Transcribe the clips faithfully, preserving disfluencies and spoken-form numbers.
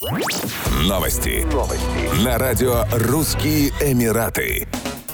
Новости. Новости. На радио «Русские Эмираты».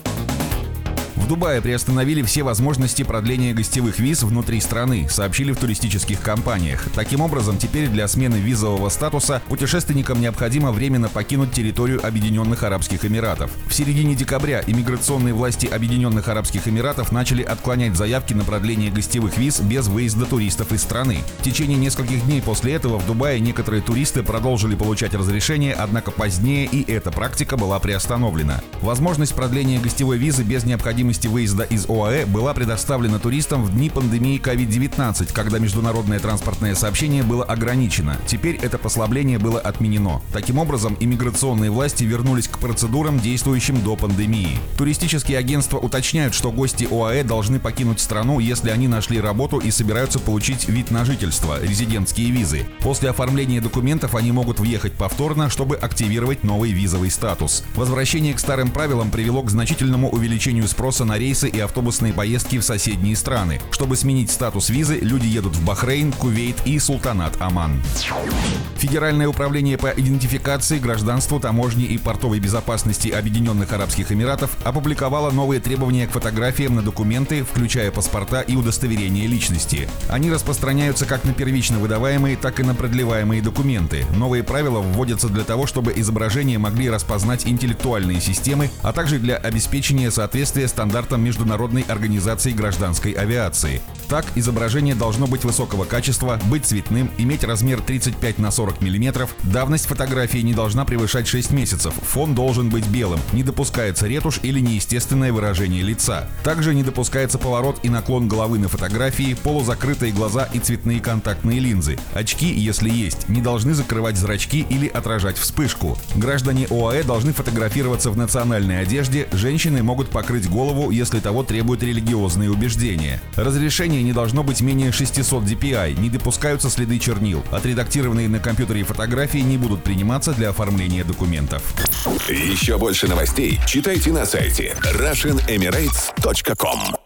В Дубае приостановили все возможности продления гостевых виз внутри страны, сообщили в туристических компаниях. Таким образом, теперь для смены визового статуса путешественникам необходимо временно покинуть территорию Объединенных Арабских Эмиратов. В середине декабря иммиграционные власти Объединенных Арабских Эмиратов начали отклонять заявки на продление гостевых виз без выезда туристов из страны. В течение нескольких дней после этого в Дубае некоторые туристы продолжили получать разрешение, однако позднее и эта практика была приостановлена. Возможность продления гостевой визы без необходимости выезда из ОАЭ была предоставлена туристам в дни пандемии ковид девятнадцать, когда международное транспортное сообщение было ограничено. Теперь это послабление было отменено. Таким образом, иммиграционные власти вернулись к процедурам, действующим до пандемии. Туристические агентства уточняют, что гости ОАЭ должны покинуть страну, если они нашли работу и собираются получить вид на жительство, резидентские визы. После оформления документов они могут въехать повторно, чтобы активировать новый визовый статус. Возвращение к старым правилам привело к значительному увеличению спроса на рейсы и автобусные поездки в соседние страны. Чтобы сменить статус визы, люди едут в Бахрейн, Кувейт и Султанат Оман. Федеральное управление по идентификации, гражданству, таможне и портовой безопасности Объединенных Арабских Эмиратов опубликовало новые требования к фотографиям на документы, включая паспорта и удостоверения личности. Они распространяются как на первично выдаваемые, так и на продлеваемые документы. Новые правила вводятся для того, чтобы изображения могли распознать интеллектуальные системы, а также для обеспечения соответствия стандартам Международной организации гражданской авиации. Так, изображение должно быть высокого качества, быть цветным, иметь размер тридцать пять на сорок миллиметров, давность фотографии не должна превышать шесть месяцев, фон должен быть белым, не допускается ретушь или неестественное выражение лица. Также не допускается поворот и наклон головы на фотографии, полузакрытые глаза и цветные контактные линзы. Очки, если есть, не должны закрывать зрачки или отражать вспышку. Граждане ОАЭ должны фотографироваться в национальной одежде, женщины могут покрыть голову, если того требуют религиозные убеждения. Разрешение не должно быть менее шестисот ди пи ай, не допускаются следы чернил. Отредактированные на компьютере фотографии не будут приниматься для оформления документов. Еще больше новостей читайте на сайте Russian Emirates точка ком.